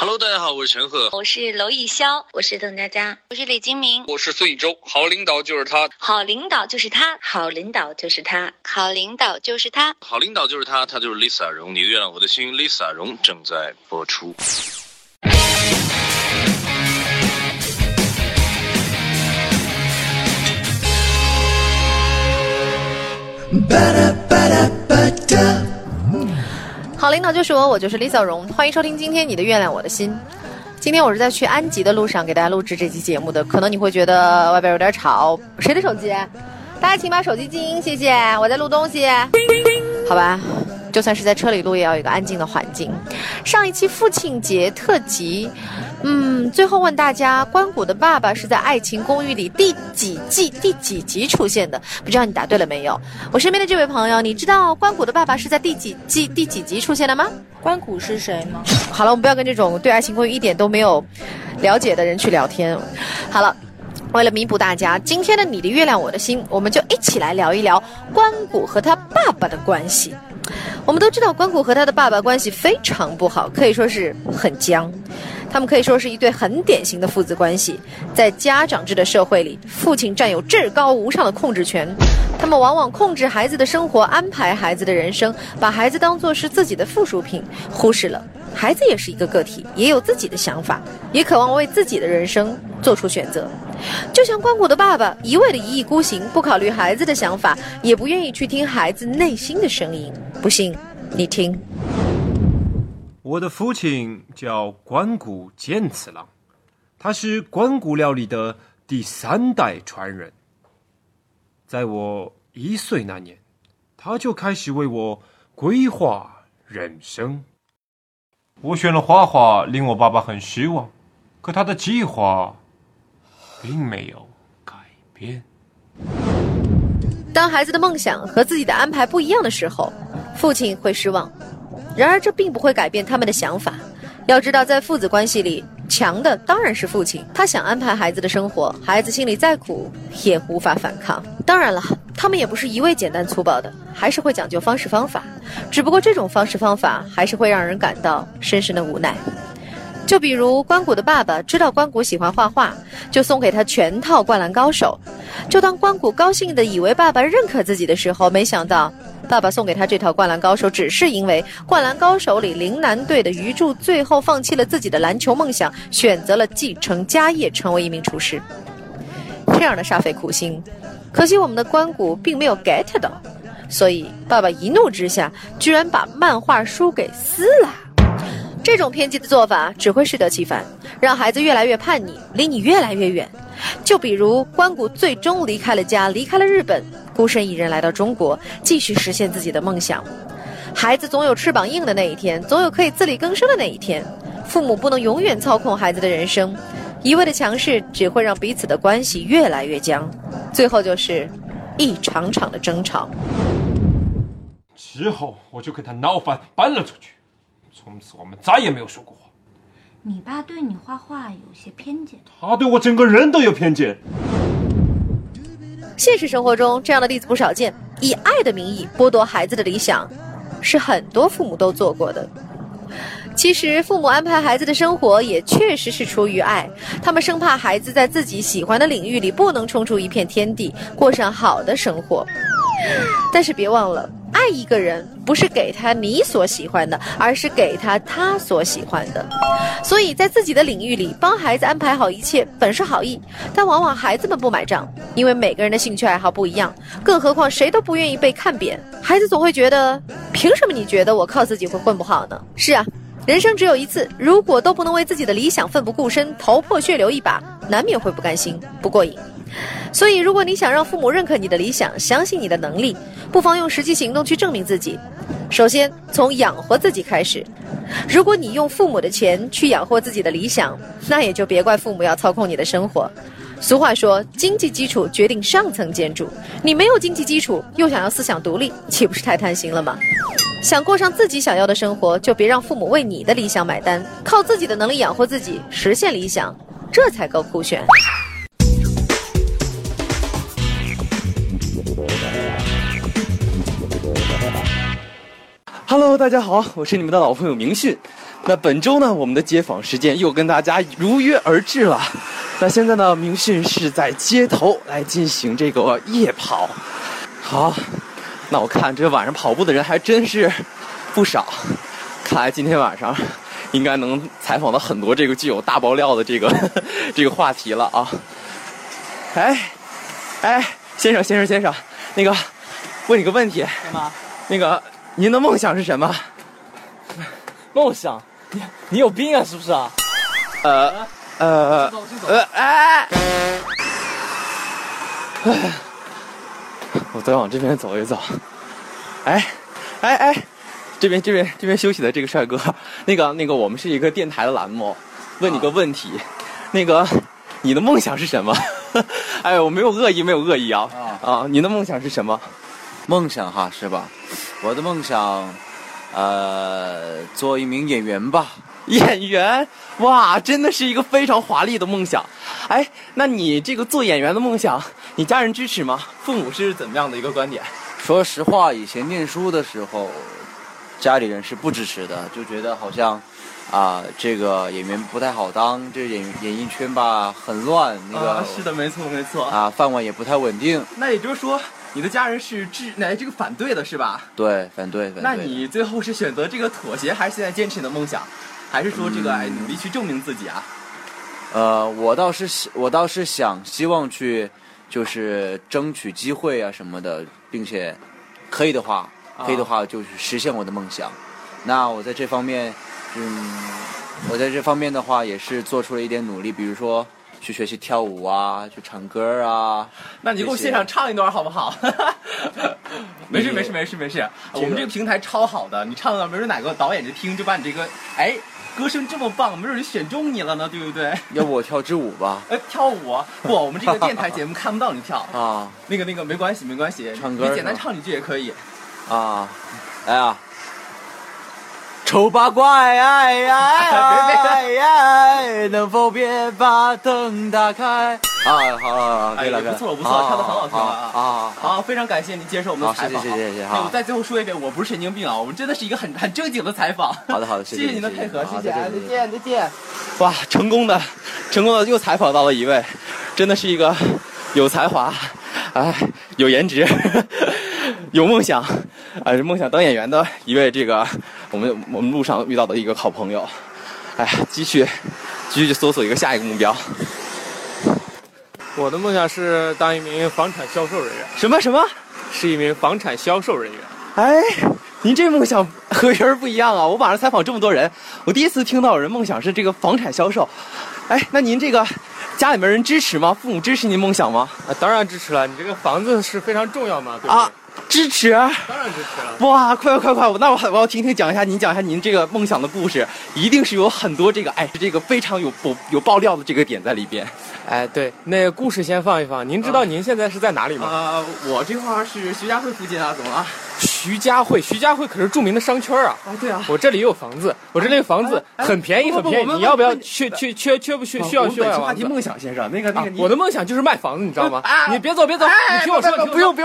Hello， 大家好，我是陈赫， 我是娄艺潇，我是邓家佳， 我是李金铭， 我是孙艺洲。好领导就是他， 好领导就是他，好领导就是他， 好领导就是他， 好领导就是他，他就是 Lisa 荣。你的月亮我的心 ，Lisa 荣正在播出。 好领导就是我，我就是 Lisa 荣，欢迎收听今天你的月亮我的心。今天我是在去安吉的路上给大家录制这期节目的，可能你会觉得外边有点吵，谁的手机？大家请把手机静音，谢谢，我在录东西。好吧，就算是在车里录也要有一个安静的环境。上一期父亲节特辑，最后问大家关谷的爸爸是在《爱情公寓》里第几集出现的？不知道你答对了没有？我身边的这位朋友，你知道关谷的爸爸是在第几集出现的吗？ 关谷是谁吗？ 好了，我们不要跟这种对《爱情公寓》一点都没有了解的人去聊天。好了，为了弥补大家，今天的你的月亮我的心，我们就一起来聊一聊关谷和他爸爸的关系。我们都知道关谷和他的爸爸关系非常不好，可以说是很僵。他们可以说是一对很典型的父子关系。在家长制的社会里，父亲占有至高无上的控制权，他们往往控制孩子的生活，安排孩子的人生，把孩子当作是自己的附属品，忽视了孩子也是一个个体，也有自己的想法，也渴望为自己的人生做出选择。就像关谷的爸爸一味的一意孤行，不考虑孩子的想法，也不愿意去听孩子内心的声音。不信你听。 我的父亲叫关谷健次郎，他是关谷料理的第3代传人。在我1岁那年，他就开始为我规划人生。我选了画画，令我爸爸很失望，可他的计划并没有改变。 当孩子的梦想和自己的安排不一样的时候，父亲会失望。然而这并不会改变他们的想法。要知道，在父子关系里，强的当然是父亲，他想安排孩子的生活，孩子心里再苦也无法反抗。当然了，他们也不是一味简单粗暴的，还是会讲究方式方法，只不过这种方式方法还是会让人感到深深的无奈。就比如关谷的爸爸知道关谷喜欢画画，就送给他全套《灌篮高手》。就当关谷高兴地以为爸爸认可自己的时候，没想到爸爸送给他这套《灌篮高手》只是因为《灌篮高手》里陵南队的鱼柱最后放弃了自己的篮球梦想，选择了继承家业成为一名厨师。这样的煞费苦心，可惜我们的关谷并没有 get 到，所以爸爸一怒之下居然把漫画书给撕了。这种偏激的做法只会适得其反，让孩子越来越叛逆，离你越来越远。就比如关谷最终离开了家，离开了日本，孤身一人来到中国，继续实现自己的梦想。孩子总有翅膀硬的那一天，总有可以自力更生的那一天。父母不能永远操控孩子的人生，一味的强势只会让彼此的关系越来越僵，最后就是一场场的争吵。 之后我就跟他闹翻，搬了出去。从此我们再也没有说过话。 你爸对你画画有些偏见， 他对我整个人都有偏见。 现实生活中这样的例子不少见，以爱的名义剥夺孩子的理想，是很多父母都做过的。其实父母安排孩子的生活也确实是出于爱，他们生怕孩子在自己喜欢的领域里不能冲出一片天地，过上好的生活。但是别忘了，爱一个人不是给他你所喜欢的，而是给他他所喜欢的。所以在自己的领域里帮孩子安排好一切本是好意，但往往孩子们不买账，因为每个人的兴趣爱好不一样，更何况谁都不愿意被看扁。孩子总会觉得，凭什么你觉得我靠自己会混不好呢？是啊，人生只有一次，如果都不能为自己的理想奋不顾身，头破血流一把，难免会不甘心不过瘾。所以如果你想让父母认可你的理想，相信你的能力，不妨用实际行动去证明自己。首先从养活自己开始，如果你用父母的钱去养活自己的理想，那也就别怪父母要操控你的生活。俗话说，经济基础决定上层建筑，你没有经济基础又想要思想独立，岂不是太贪心了吗？想过上自己想要的生活，就别让父母为你的理想买单，靠自己的能力养活自己，实现理想，这才够酷炫。 Hello， 大家好，我是你们的老朋友明讯。 那本周呢，我们的街访时间又跟大家如约而至了。那现在呢，明讯是在街头来进行这个夜跑。好，那我看这晚上跑步的人还真是不少，看来今天晚上应该能采访到很多这个具有大爆料的这个这个话题了啊。哎，先生，那个问你个问题， 干嘛？ 那个您的梦想是什么？ 梦想？你有病啊，是不是啊？ 我再往这边走一走。哎，这边休息的这个帅哥，那个，我们是一个电台的栏目，问你个问题，那个你的梦想是什么？哎，我没有恶意啊。你的梦想是什么？ 梦想哈是吧？我的梦想，做一名演员吧。 演员？哇，真的是一个非常华丽的梦想。哎，那你这个做演员的梦想，你家人支持吗？父母是怎么样的一个观点？ 说实话，以前念书的时候，家里人是不支持的，就觉得好像这个演员不太好当，这演艺圈吧很乱，那个是的，没错饭碗也不太稳定。 那也就是说，你的家人是这个反对的是吧？ 对，反对。 那你最后是选择这个妥协，还是现在坚持你的梦想，还是说这个努力去证明自己啊？ 我倒是希望去就是争取机会啊什么的，并且可以的话就是实现我的梦想。那我在这方面的话也是做出了一点努力，比如说去学习跳舞啊，去唱歌啊。 那你给我现场唱一段好不好？没事，我们这个平台超好的，你唱的没准哪个导演就听，就把你这个歌声这么棒，没准就选中你了呢，对不对？ 要不我跳支舞吧？ 跳舞不，我们这个电台节目看不到你跳啊。 那个没关系， 唱歌你简单唱几句也可以。 来啊！丑八怪，能否别把灯打开？好，可以了， 不错，唱得很好听了好，非常感谢您接受我们的采访。 谢。 我再最后说一遍，我不是神经病啊，我们真的是一个很正经的采访。 好的， 谢谢您的配合，谢谢，再见。 哇， 成功的又采访到了一位，真的是一个有才华，有颜值，有梦想，梦想当演员的一位这个我们路上遇到的一个好朋友。继续去搜索一个下一个目标。 我的梦想是当一名房产销售人员。 什么？ 是一名房产销售人员。 您这梦想和别人不一样啊！我网上采访这么多人，我第一次听到有人梦想是这个房产销售。那您这个家里面人支持吗？父母支持您梦想吗？ 当然支持了，你这个房子是非常重要嘛，对不对？ 支持， 当然支持了。 哇，快！那我要讲一下您这个梦想的故事，一定是有很多这个非常有爆料的这个点在里边。 对，那个故事先放一放。您知道您现在是在哪里吗？ 我这块是徐家汇附近啊，怎么了？ 徐家汇可是著名的商圈啊。 对啊。 我这里有房子，很便宜，你要不要需要话题梦想先生，那个我的梦想就是卖房子，你知道吗？你别走，你听我说， 不用，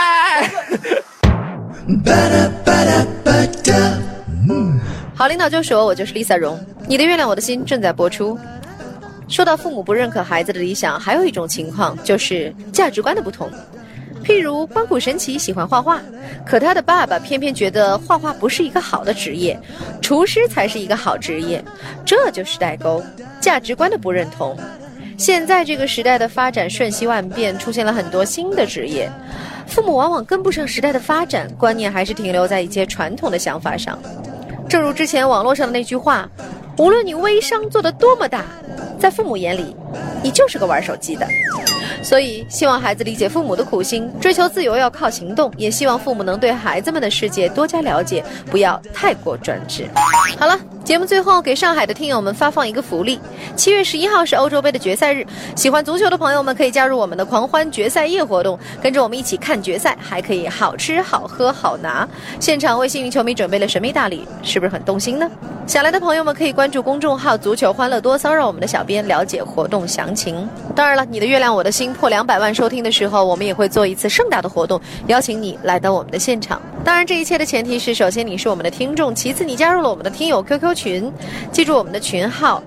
好领导就说，我就是 Lisa 荣，你的月亮我的心正在播出。说到父母不认可孩子的理想，还有一种情况就是价值观的不同。譬如关谷神奇喜欢画画，可他的爸爸偏偏觉得画画不是一个好的职业，厨师才是一个好职业，这就是代沟，价值观的不认同。现在这个时代的发展瞬息万变，出现了很多新的职业，父母往往跟不上时代的发展，观念还是停留在一些传统的想法上。正如之前网络上的那句话，无论你微商做得多么大，在父母眼里你就是个玩手机的。所以希望孩子理解父母的苦心，追求自由要靠行动，也希望父母能对孩子们的世界多加了解，不要太过专制。好了，节目最后给上海的听友们发放一个福利，7月11号是欧洲杯的决赛日，喜欢足球的朋友们可以加入我们的狂欢决赛夜活动，跟着我们一起看决赛，还可以好吃好喝好拿，现场为幸运球迷准备了神秘大礼，是不是很动心呢？想来的朋友们可以关注公众号足球欢乐多骚，让我们的小编了解活动众详情。当然了，你的月亮我的心破200万收听的时候，我们也会做一次盛大的活动，邀请你来到我们的现场。当然，这一切的前提是，首先你是我们的听众，其次你加入了我们的听友 QQ 群，记住我们的群号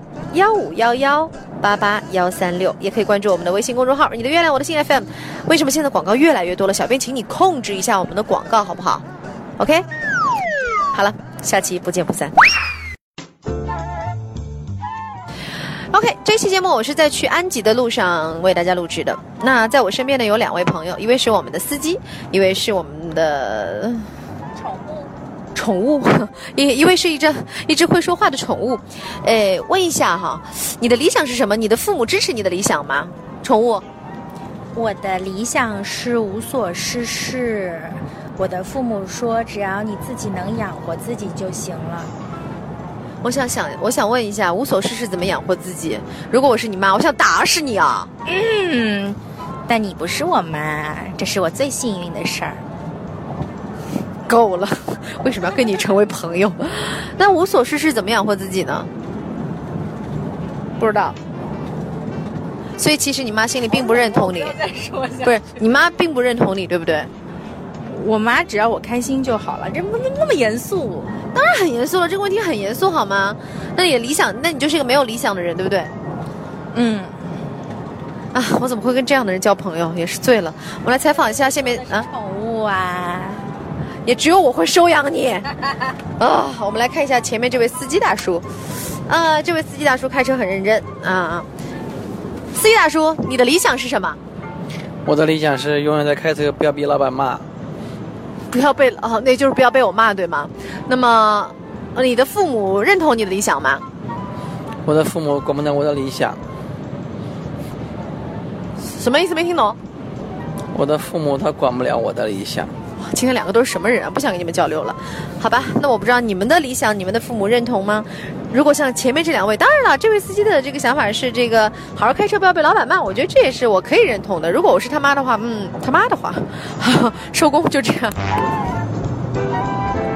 1511888136，也可以关注我们的微信公众号你的月亮我的心 FM。 为什么现在广告越来越多了？小编请你控制一下我们的广告好不好？ OK， 好了，下期不见不散。OK， 这期节目我是在去安吉的路上为大家录制的。那在我身边呢有2位朋友，一位是我们的司机，一位是我们的宠物，一位是一只会说话的宠物。问一下哈，你的理想是什么？你的父母支持你的理想吗？宠物， 我的理想是无所事事。我的父母说，只要你自己能养活自己就行了。 我想问一下，无所事事怎么养活自己？如果我是你妈，我想打死你啊！ 但你不是我妈，这是我最幸运的事儿。 够了，为什么要跟你成为朋友？那无所事事怎么养活自己呢？不知道。所以其实你妈心里并不认同你。不是，你妈并不认同你，对不对？ 我妈只要我开心就好了，这不那么严肃。 当然很严肃了，这个问题很严肃好吗？那你的理想，那你就是一个没有理想的人，对不对？我怎么会跟这样的人交朋友？也是醉了。我们来采访一下下面宠物啊， 也只有我会收养你啊！我们来看一下前面这位司机大叔，这位司机大叔开车很认真啊。司机大叔，你的理想是什么？ 我的理想是永远在开车，不要被老板骂。 不要被那就是不要被我骂，对吗？那么，你的父母认同你的理想吗？ 我的父母管不了我的理想。 什么意思？没听懂。 我的父母他管不了我的理想。 今天2个都是什么人啊？不想跟你们交流了，好吧？那我不知道你们的理想，你们的父母认同吗？如果像前面这2位，当然了，这位司机的这个想法是这个好好开车，不要被老板骂，我觉得这也是我可以认同的。如果我是他妈的话，他妈的话，收工就这样。